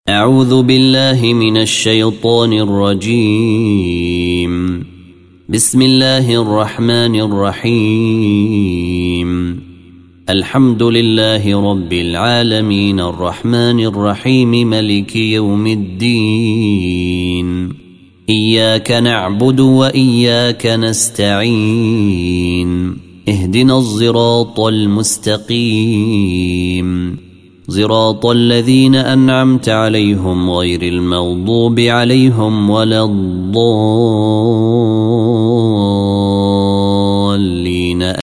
أعوذ بالله من الشيطان الرجيم. بسم الله الرحمن الرحيم. الحمد لله رب العالمين الرحمن الرحيم ملك يوم الدين. إياك نعبد وإياك نستعين. اهدنا الصراط المستقيم صراط الذين أنعمت عليهم غير المغضوب عليهم ولا الضالين.